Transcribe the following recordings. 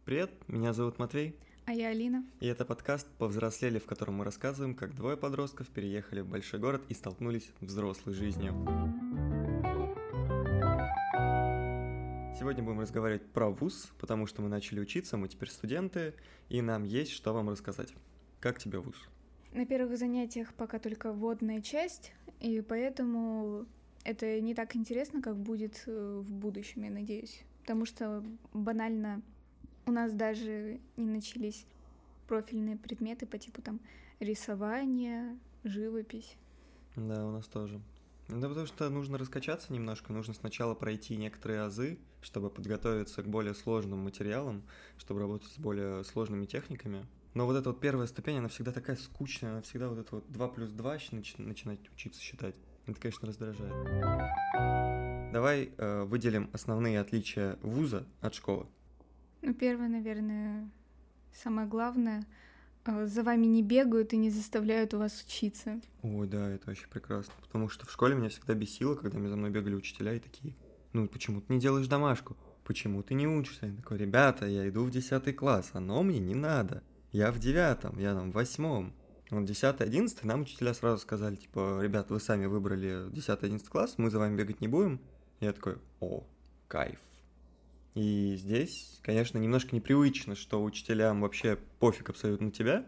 Привет, меня зовут Матвей, А я Алина. и это подкаст «Повзрослели», в котором мы рассказываем, как двое подростков переехали в большой город и столкнулись с взрослой жизнью. Сегодня будем разговаривать про вуз, потому что мы начали учиться, мы теперь студенты, и нам есть что вам рассказать. Как тебе вуз? На первых занятиях пока только вводная часть, и поэтому это не так интересно, как будет в будущем, я надеюсь. Потому что банально у нас даже не начались профильные предметы по типу там рисования, живопись. Да, у нас тоже. Да потому что нужно раскачаться немножко, нужно сначала пройти некоторые азы, чтобы подготовиться к более сложным материалам, чтобы работать с более сложными техниками. Но вот эта вот первая ступень, она всегда такая скучная, она всегда вот это вот 2 плюс 2 начинать учиться считать. Это, конечно, раздражает. Давай выделим основные отличия вуза от школы. Ну, первое, наверное, самое главное, за вами не бегают и не заставляют вас учиться. Ой, да, это очень прекрасно, потому что в школе меня всегда бесило, когда за мной бегали учителя и такие: ну, почему ты не делаешь домашку? Почему ты не учишься? Я такой: ребята, я иду в 10 класс, оно мне не надо. Я в 9, я там в 8. Вот 10-11 нам учителя сразу сказали, типа: ребят, вы сами выбрали 10-11 класс, мы за вами бегать не будем. Я такой: о, кайф. И здесь, конечно, немножко непривычно, что учителям вообще пофиг абсолютно на тебя.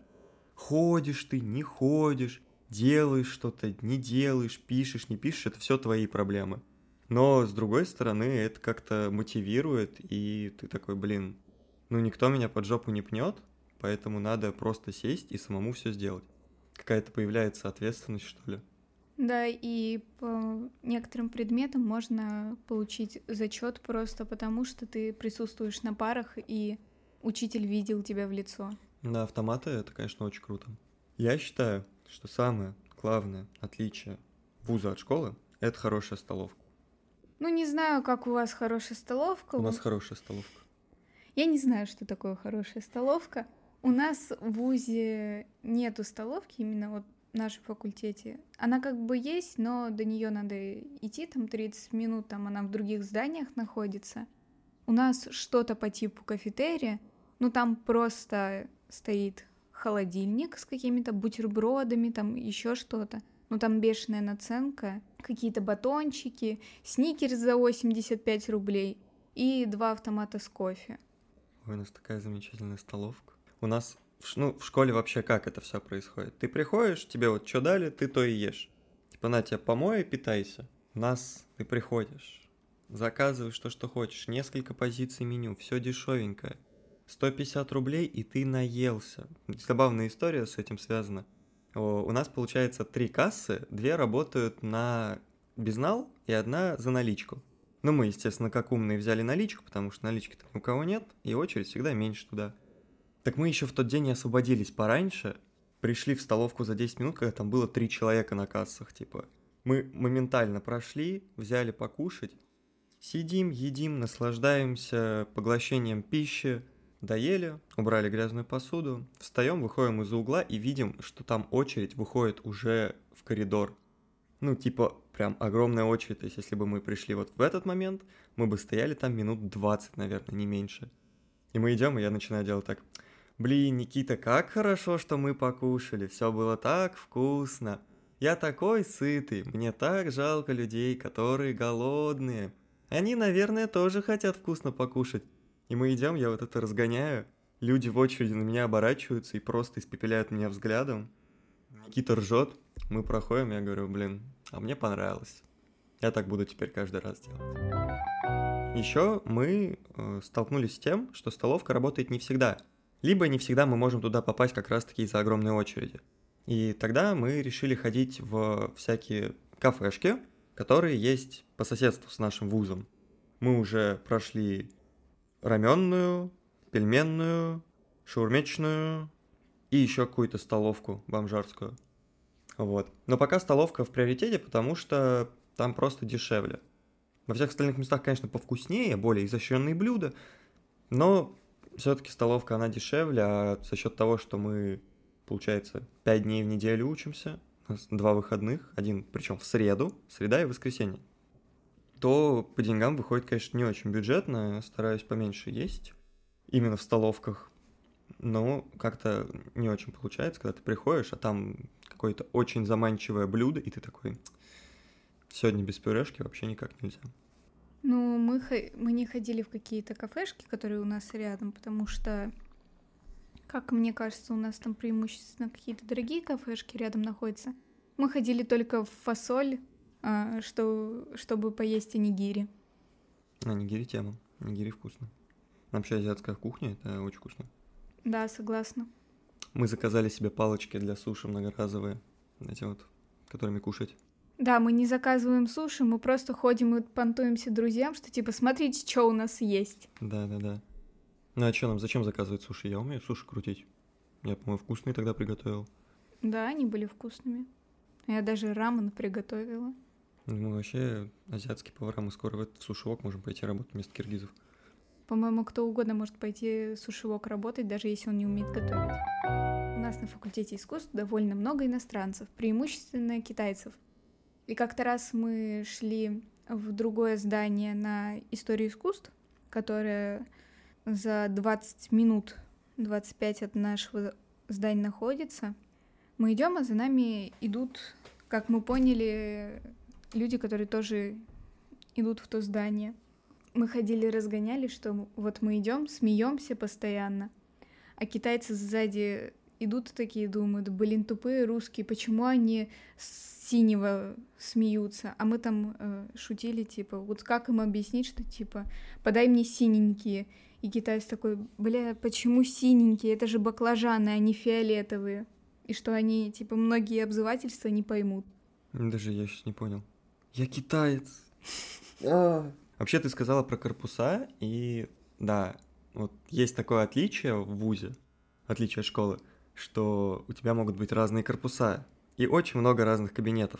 Ходишь ты, не ходишь, делаешь что-то, не делаешь, пишешь, не пишешь, это все твои проблемы. Но, с другой стороны, это как-то мотивирует, и ты такой: блин, ну никто меня под жопу не пнет, поэтому надо просто сесть и самому все сделать. Какая-то появляется ответственность, что ли. Да, и по некоторым предметам можно получить зачет просто потому, что ты присутствуешь на парах, и учитель видел тебя в лицо. На автоматы это, конечно, очень круто. Я считаю, что самое главное отличие вуза от школы – это хорошая столовка. Ну, не знаю, как у вас хорошая столовка. У нас хорошая столовка. Я не знаю, что такое хорошая столовка. У нас в вузе нету столовки, именно вот в нашем факультете. Она как бы есть, но до нее надо идти, там 30 минут, там она в других зданиях находится. У нас что-то по типу кафетерия, ну там просто стоит холодильник с какими-то бутербродами, там еще что-то. Ну там бешеная наценка, какие-то батончики, сникерс за 85 рублей и 2 автомата с кофе. Ой, у нас такая замечательная столовка. У нас, в школе вообще как это все происходит? Ты приходишь, тебе вот что дали, ты то и ешь. Типа на тебя помой и питайся. У нас ты приходишь, заказываешь то, что хочешь, несколько позиций меню, все дешевенькое. 150 рублей, и ты наелся. Забавная история с этим связана. У нас, получается, 3 кассы, 2 работают на безнал и 1 за наличку. Ну, мы, естественно, как умные взяли наличку, потому что налички-то ни у кого нет, и очередь всегда меньше туда. Так мы еще в тот день освободились пораньше, пришли в столовку за 10 минут, когда там было 3 человека на кассах, типа. Мы моментально прошли, взяли покушать, сидим, едим, наслаждаемся поглощением пищи, доели, убрали грязную посуду, встаем, выходим из-за угла и видим, что там очередь выходит уже в коридор. Ну, типа, прям огромная очередь. То есть, если бы мы пришли вот в этот момент, мы бы стояли там минут 20, наверное, не меньше. И мы идем, и я начинаю делать так: блин, Никита, как хорошо, что мы покушали, все было так вкусно. Я такой сытый, мне так жалко людей, которые голодные. Они, наверное, тоже хотят вкусно покушать. И мы идем, я вот это разгоняю. Люди в очереди на меня оборачиваются и просто испепеляют меня взглядом. Никита ржет, мы проходим, я говорю: блин, а мне понравилось. Я так буду теперь каждый раз делать. Еще мы столкнулись с тем, что столовка работает не всегда. Либо не всегда мы можем туда попасть как раз-таки из-за огромной очереди. И тогда мы решили ходить в всякие кафешки, которые есть по соседству с нашим вузом. Мы уже прошли раменную, пельменную, шаурмечную и еще какую-то столовку бомжарскую. Вот. Но пока столовка в приоритете, потому что там просто дешевле. Во всех остальных местах, конечно, повкуснее, более изощренные блюда, но все-таки столовка, она дешевле, а за счет того, что мы, получается, 5 дней в неделю учимся, у нас 2 выходных, один, причем в среду, среда и воскресенье, то по деньгам выходит, конечно, не очень бюджетно, стараюсь поменьше есть именно в столовках. Но как-то не очень получается, когда ты приходишь, а там какое-то очень заманчивое блюдо, и ты такой, сегодня без пюрешки вообще никак нельзя. Ну, мы не ходили в какие-то кафешки, которые у нас рядом, потому что, как мне кажется, у нас там преимущественно какие-то дорогие кафешки рядом находятся. Мы ходили только в фасоль, чтобы поесть онигири. Нигири тема. Нигири вкусно. Вообще азиатская кухня, это очень вкусно. Да, согласна. Мы заказали себе палочки для суши многоразовые, эти вот, которыми кушать. Да, мы не заказываем суши, мы просто ходим и понтуемся друзьям, что типа, смотрите, что у нас есть. Да. Ну а что нам, зачем заказывать суши? Я умею суши крутить. Я, по-моему, вкусные тогда приготовил. Да, они были вкусными. Я даже рамен приготовила. Мы вообще азиатские повара, мы скоро в суши-вок можем пойти работать вместо киргизов. По-моему, кто угодно может пойти в суши-вок работать, даже если он не умеет готовить. У нас на факультете искусств довольно много иностранцев, преимущественно китайцев. И как-то раз мы шли в другое здание на историю искусств, которое за 20 минут, 25 от нашего здания находится. Мы идем, а за нами идут, как мы поняли, люди, которые тоже идут в то здание. Мы ходили, разгоняли, что вот мы идем, смеемся постоянно, а китайцы сзади идут такие, думают, блин, тупые русские, почему они с синего смеются? А мы там шутили, типа, вот как им объяснить, что, типа, подай мне синенькие. И китаец такой, бля, почему синенькие? Это же баклажаны, а не фиолетовые. И что они, типа, многие обзывательства не поймут. Даже я сейчас не понял. Я китаец. Вообще ты сказала про корпуса, и да, вот есть такое отличие в вузе, отличие от школы, что у тебя могут быть разные корпуса и очень много разных кабинетов.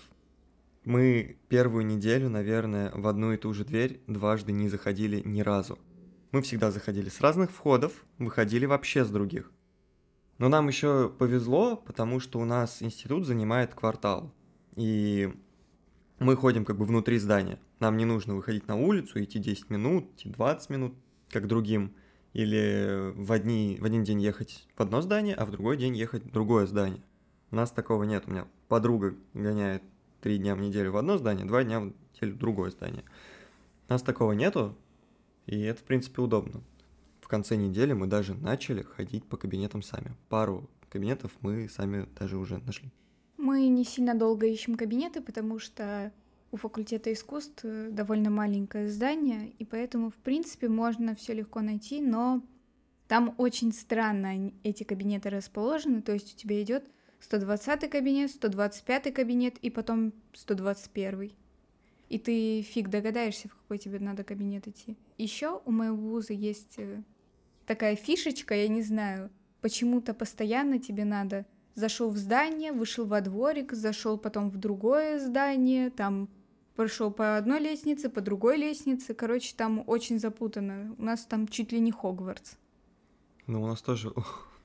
Мы первую неделю, наверное, в одну и ту же дверь дважды не заходили ни разу. Мы всегда заходили с разных входов, выходили вообще с других. Но нам еще повезло, потому что у нас институт занимает квартал, и мы ходим как бы внутри здания. Нам не нужно выходить на улицу, идти 10 минут, идти 20 минут, как другим. Или в один день ехать в одно здание, а в другой день ехать в другое здание. У нас такого нет. У меня подруга гоняет 3 дня в неделю в одно здание, 2 дня в неделю в другое здание. У нас такого нету, и это, в принципе, удобно. В конце недели мы даже начали ходить по кабинетам сами. Пару кабинетов мы сами даже уже нашли. Мы не сильно долго ищем кабинеты, потому что у факультета искусств довольно маленькое здание, и поэтому, в принципе, можно все легко найти, но там очень странно эти кабинеты расположены, то есть у тебя идет 120-й кабинет, 125-й кабинет и потом 121-й. И ты фиг догадаешься, в какой тебе надо кабинет идти. Еще у моего вуза есть такая фишечка, я не знаю, почему-то постоянно тебе надо. Зашел в здание, вышел во дворик, зашел потом в другое здание, там прошел по одной лестнице, по другой лестнице. Короче, там очень запутанно. У нас там чуть ли не Хогвартс. Ну, у нас тоже...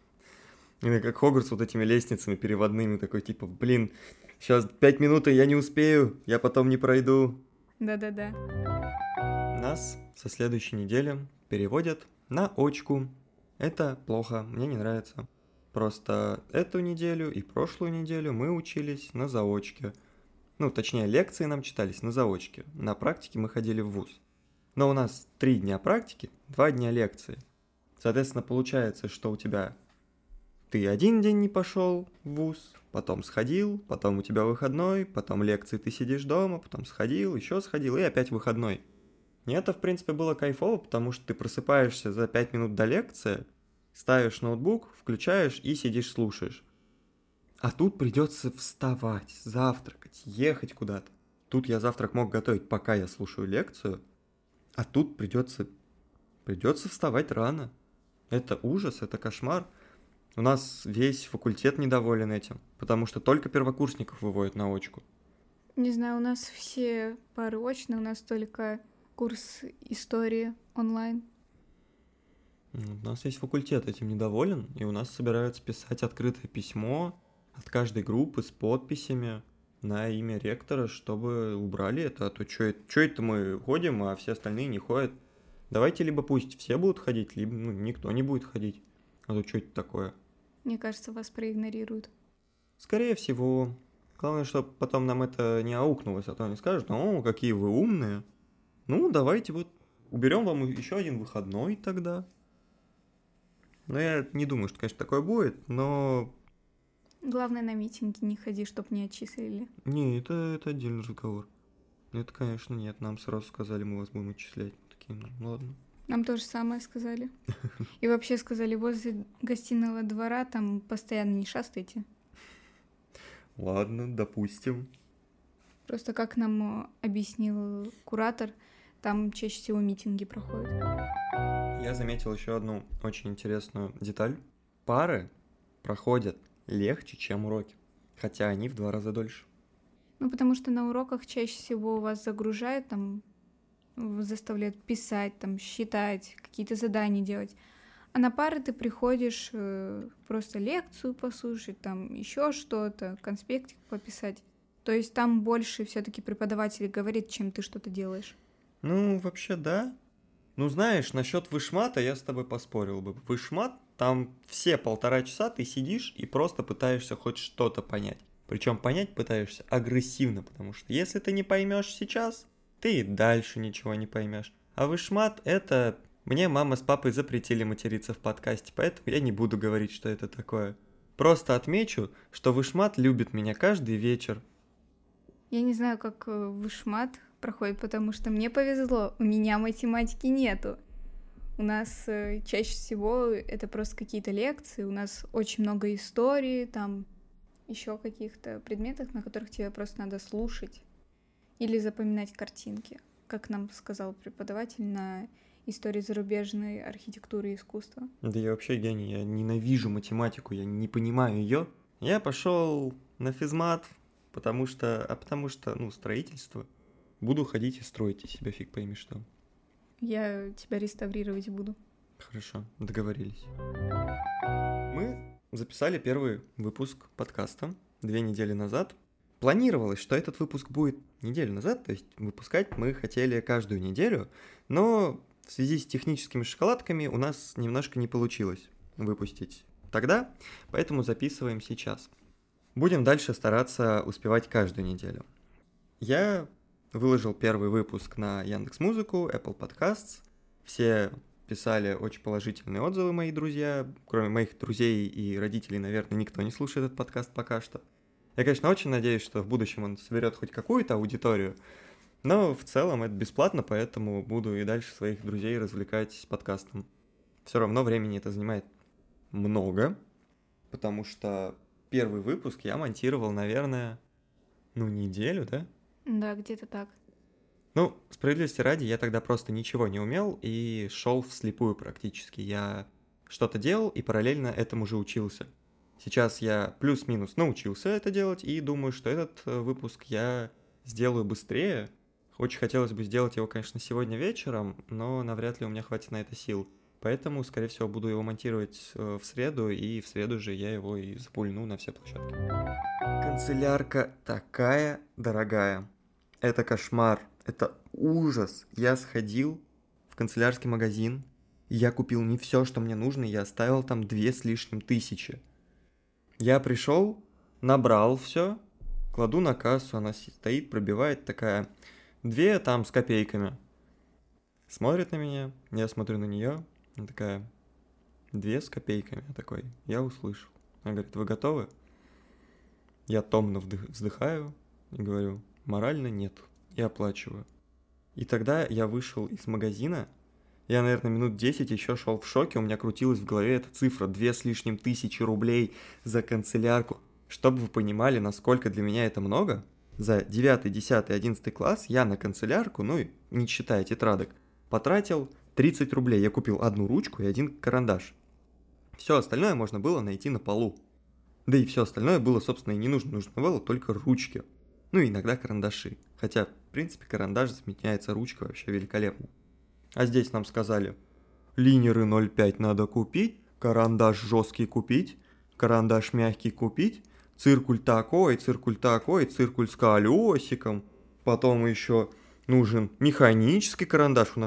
Именно как Хогвартс вот этими лестницами переводными, такой типа, блин, сейчас 5 минут, и я не успею, я потом не пройду. Да-да-да. Нас со следующей недели переводят на очку. Это плохо, мне не нравится. Просто эту неделю и прошлую неделю мы учились на заочке. Ну, точнее, лекции нам читались на заочке. На практике мы ходили в вуз. Но у нас 3 дня практики, 2 дня лекции. Соответственно, получается, что у тебя ты один день не пошел в вуз, потом сходил, потом у тебя выходной, потом лекции ты сидишь дома, потом сходил, еще сходил и опять выходной. И это, в принципе, было кайфово, потому что ты просыпаешься за 5 минут до лекции, ставишь ноутбук, включаешь и сидишь слушаешь. А тут придется вставать, завтракать, ехать куда-то. Тут я завтрак мог готовить, пока я слушаю лекцию, а тут придется вставать рано. Это ужас, это кошмар. У нас весь факультет недоволен этим, потому что только первокурсников выводят на очку. Не знаю, у нас все пары очные, у нас только курс истории онлайн. У нас весь факультет этим недоволен, и у нас собираются писать открытое письмо от каждой группы с подписями на имя ректора, чтобы убрали это. А то что это мы ходим, а все остальные не ходят. Давайте либо пусть все будут ходить, либо никто не будет ходить. А то что это такое? Мне кажется, вас проигнорируют. Скорее всего. Главное, чтобы потом нам это не аукнулось, а то они скажут, о, какие вы умные. Ну, давайте вот уберем вам еще один выходной тогда. Но я не думаю, что, конечно, такое будет, но... Главное, на митинги не ходи, чтоб не отчислили. Не, это отдельный разговор. Это, конечно, нет. Нам сразу сказали, мы вас будем отчислять. Такие, ну ладно. Нам то же самое сказали. И вообще сказали, возле гостиного двора там постоянно не шастайте. Ладно, допустим. Просто как нам объяснил куратор, там чаще всего митинги проходят. Я заметил еще одну очень интересную деталь. Пары проходят легче, чем уроки. Хотя они в 2 раза дольше. Ну, потому что на уроках чаще всего вас загружают, там, заставляют писать, там, считать, какие-то задания делать. А на пары ты приходишь просто лекцию послушать, там, еще что-то, конспектик пописать. То есть там больше все-таки преподаватель говорит, чем ты что-то делаешь. Ну, вообще, да. Ну, знаешь, насчет вышмата я с тобой поспорил бы. Вышмат, там все 1,5 часа ты сидишь и просто пытаешься хоть что-то понять. Причем понять пытаешься агрессивно, потому что если ты не поймешь сейчас, ты и дальше ничего не поймешь. А вышмат это... Мне мама с папой запретили материться в подкасте, поэтому я не буду говорить, что это такое. Просто отмечу, что вышмат любит меня каждый вечер. Я не знаю, как вышмат проходит, потому что мне повезло, у меня математики нету. У нас чаще всего это просто какие-то лекции, у нас очень много истории, там еще каких-то предметов, на которых тебе просто надо слушать или запоминать картинки, как нам сказал преподаватель на истории зарубежной архитектуры и искусства. Да я вообще гений, я ненавижу математику, я не понимаю ее. Я пошел на физмат, потому что, строительство. Буду ходить и строить из себя фиг пойми что. Я тебя реставрировать буду. Хорошо, договорились. Мы записали первый выпуск подкаста 2 недели назад. Планировалось, что этот выпуск будет неделю назад, то есть выпускать мы хотели каждую неделю, но в связи с техническими шоколадками у нас немножко не получилось выпустить тогда, поэтому записываем сейчас. Будем дальше стараться успевать каждую неделю. Я выложил первый выпуск на Яндекс.Музыку, Apple Podcasts. Все писали очень положительные отзывы, мои друзья. Кроме моих друзей и родителей, наверное, никто не слушает этот подкаст пока что. Я, конечно, очень надеюсь, что в будущем он соберет хоть какую-то аудиторию, но в целом это бесплатно, поэтому буду и дальше своих друзей развлекать с подкастом. Все равно времени это занимает много, потому что первый выпуск я монтировал, наверное, неделю, да? Да, где-то так. Справедливости ради, я тогда просто ничего не умел и шел вслепую практически. Я что-то делал и параллельно этому же учился. Сейчас я плюс-минус научился это делать и думаю, что этот выпуск я сделаю быстрее. Очень хотелось бы сделать его, конечно, сегодня вечером, но навряд ли у меня хватит на это сил. Поэтому, скорее всего, буду его монтировать в среду, и в среду же я его и запульну на все площадки. Канцелярка такая дорогая. Это кошмар, это ужас. Я сходил в канцелярский магазин, я купил не все, что мне нужно, я оставил там 2 с лишним тысячи. Я пришел, набрал все, кладу на кассу, она стоит, пробивает такая 2 там с копейками. Смотрит на меня, я смотрю на нее, она такая 2 с копейками. Я такой, я услышал. Она говорит, вы готовы? Я томно вздыхаю и говорю, морально нет, и оплачиваю. И тогда я вышел из магазина, я, наверное, минут 10 еще шел в шоке, у меня крутилась в голове эта цифра, 2 с лишним тысячи рублей за канцелярку. Чтобы вы понимали, насколько для меня это много, за 9, 10, 11 класс я на канцелярку, не считая тетрадок, потратил 30 рублей. Я купил 1 ручку и 1 карандаш. Все остальное можно было найти на полу. Да и все остальное было, собственно, и не нужно. Нужно было только ручки. Иногда карандаши. Хотя, в принципе, карандаш заменяется ручкой вообще великолепно. А здесь нам сказали, линеры 0,5 надо купить, карандаш жесткий купить, карандаш мягкий купить, циркуль такой, циркуль с колесиком. Потом еще нужен механический карандаш. У нас же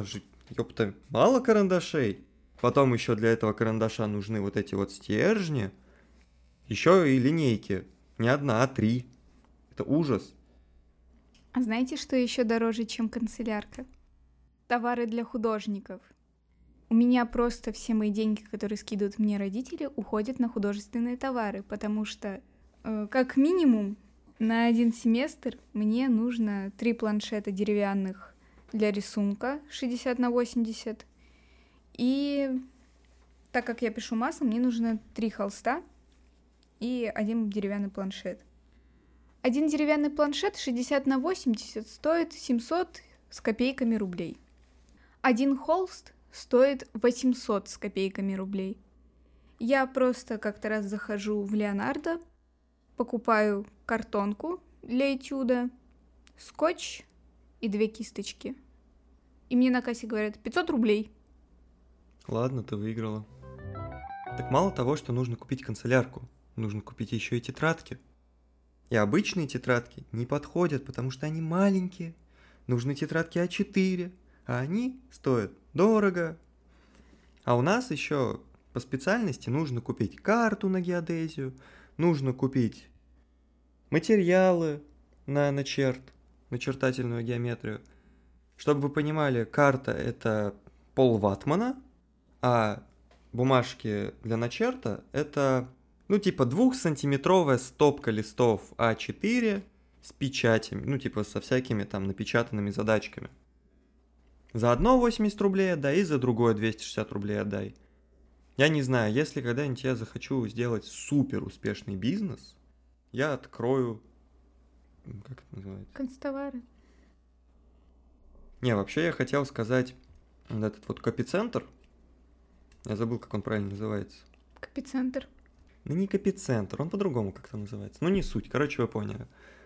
ёпта, мало карандашей. Потом еще для этого карандаша нужны вот эти вот стержни. Еще и линейки. Не одна, а 3. Это ужас. А знаете, что еще дороже, чем канцелярка? Товары для художников. У меня просто все мои деньги, которые скидывают мне родители, уходят на художественные товары, потому что, как минимум, на один семестр мне нужно 3 планшета деревянных для рисунка 60 на 80. И так как я пишу маслом, мне нужно 3 холста и 1 деревянный планшет. Один деревянный планшет 60 на 80 стоит 700 с копейками рублей. Один холст стоит 800 с копейками рублей. Я просто как-то раз захожу в Леонардо, покупаю картонку для этюда, скотч и 2 кисточки. И мне на кассе говорят 500 рублей. Ладно, ты выиграла. Так мало того, что нужно купить канцелярку, нужно купить еще и тетрадки. И обычные тетрадки не подходят, потому что они маленькие. Нужны тетрадки А4, а они стоят дорого. А у нас еще по специальности нужно купить карту на геодезию, нужно купить материалы на начертательную геометрию. Чтобы вы понимали, карта это полватмана, а бумажки для начерта это, типа 2-сантиметровая стопка листов А4 с печатями, со всякими там напечатанными задачками. За одно 80 рублей отдай, и за другое 260 рублей отдай. Я не знаю, если когда-нибудь я захочу сделать супер успешный бизнес, я открою... Как это называется? Канцтовары. Не, вообще я хотел сказать вот этот вот копицентр. Я забыл, как он правильно называется. Копицентр. Ну не копицентр, он по-другому как-то называется. Не суть, короче, вы поняли.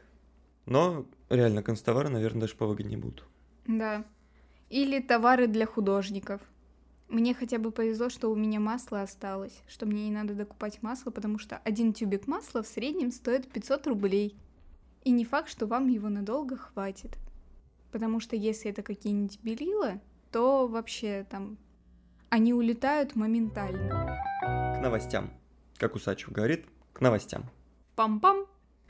Но реально канцтовары, наверное, даже повыгоднее будут. Да. Или товары для художников. Мне хотя бы повезло, что у меня масло осталось, что мне не надо докупать масло, потому что один тюбик масла в среднем стоит 500 рублей. И не факт, что вам его надолго хватит. Потому что если это какие-нибудь белила, то вообще там они улетают моментально. К новостям. Как Усачев говорит, к новостям. Пам-пам!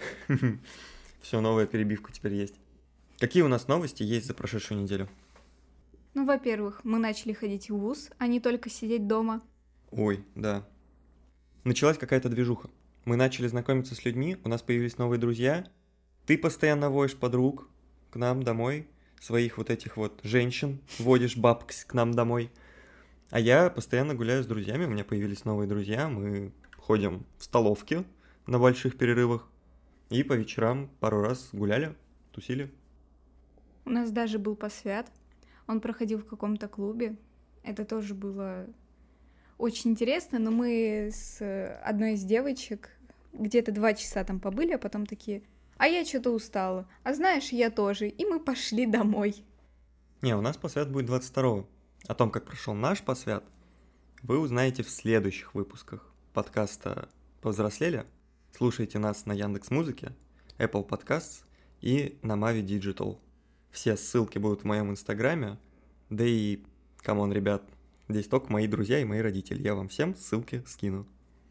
Все, новая перебивка теперь есть. Какие у нас новости есть за прошедшую неделю? Ну, во-первых, мы начали ходить в вуз, а не только сидеть дома. Ой, да. Началась какая-то движуха. Мы начали знакомиться с людьми, у нас появились новые друзья. Ты постоянно водишь подруг к нам домой, своих вот этих вот женщин, водишь баб к нам домой. А я постоянно гуляю с друзьями, у меня появились новые друзья, мы ходим в столовки на больших перерывах и по вечерам пару раз гуляли, тусили. У нас даже был посвят. Он проходил в каком-то клубе. Это тоже было очень интересно, но мы с одной из девочек где-то 2 часа там побыли, а потом такие: а я что-то устала. А знаешь, я тоже. И мы пошли домой. Не, у нас посвят будет 22-го. О том, как прошел наш посвят, вы узнаете в следующих выпусках подкаста «Повзрослели». Слушайте нас на Яндекс.Музыке, Apple Podcasts и на Mavi Digital. Все ссылки будут в моем инстаграме, да и, камон, ребят, здесь только мои друзья и мои родители. Я вам всем ссылки скину.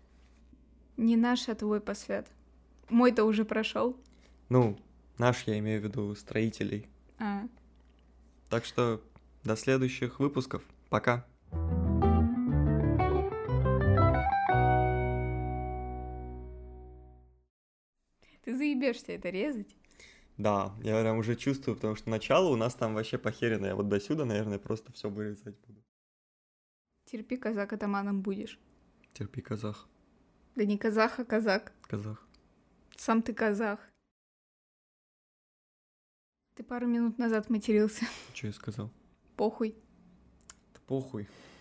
Не наш, а твой посвят. Мой-то уже прошел. Наш, я имею в виду строителей. А. Так что до следующих выпусков. Пока. Ты заебешься это резать? Да, я прям уже чувствую, потому что начало у нас там вообще похерено. Я вот до сюда, наверное, просто все вырезать буду. Терпи, казак, атаманом будешь. Терпи, казах. Да не казах, а казак. Казах. Сам ты казах. Ты пару минут назад матерился. Что я сказал? Похуй. Да похуй.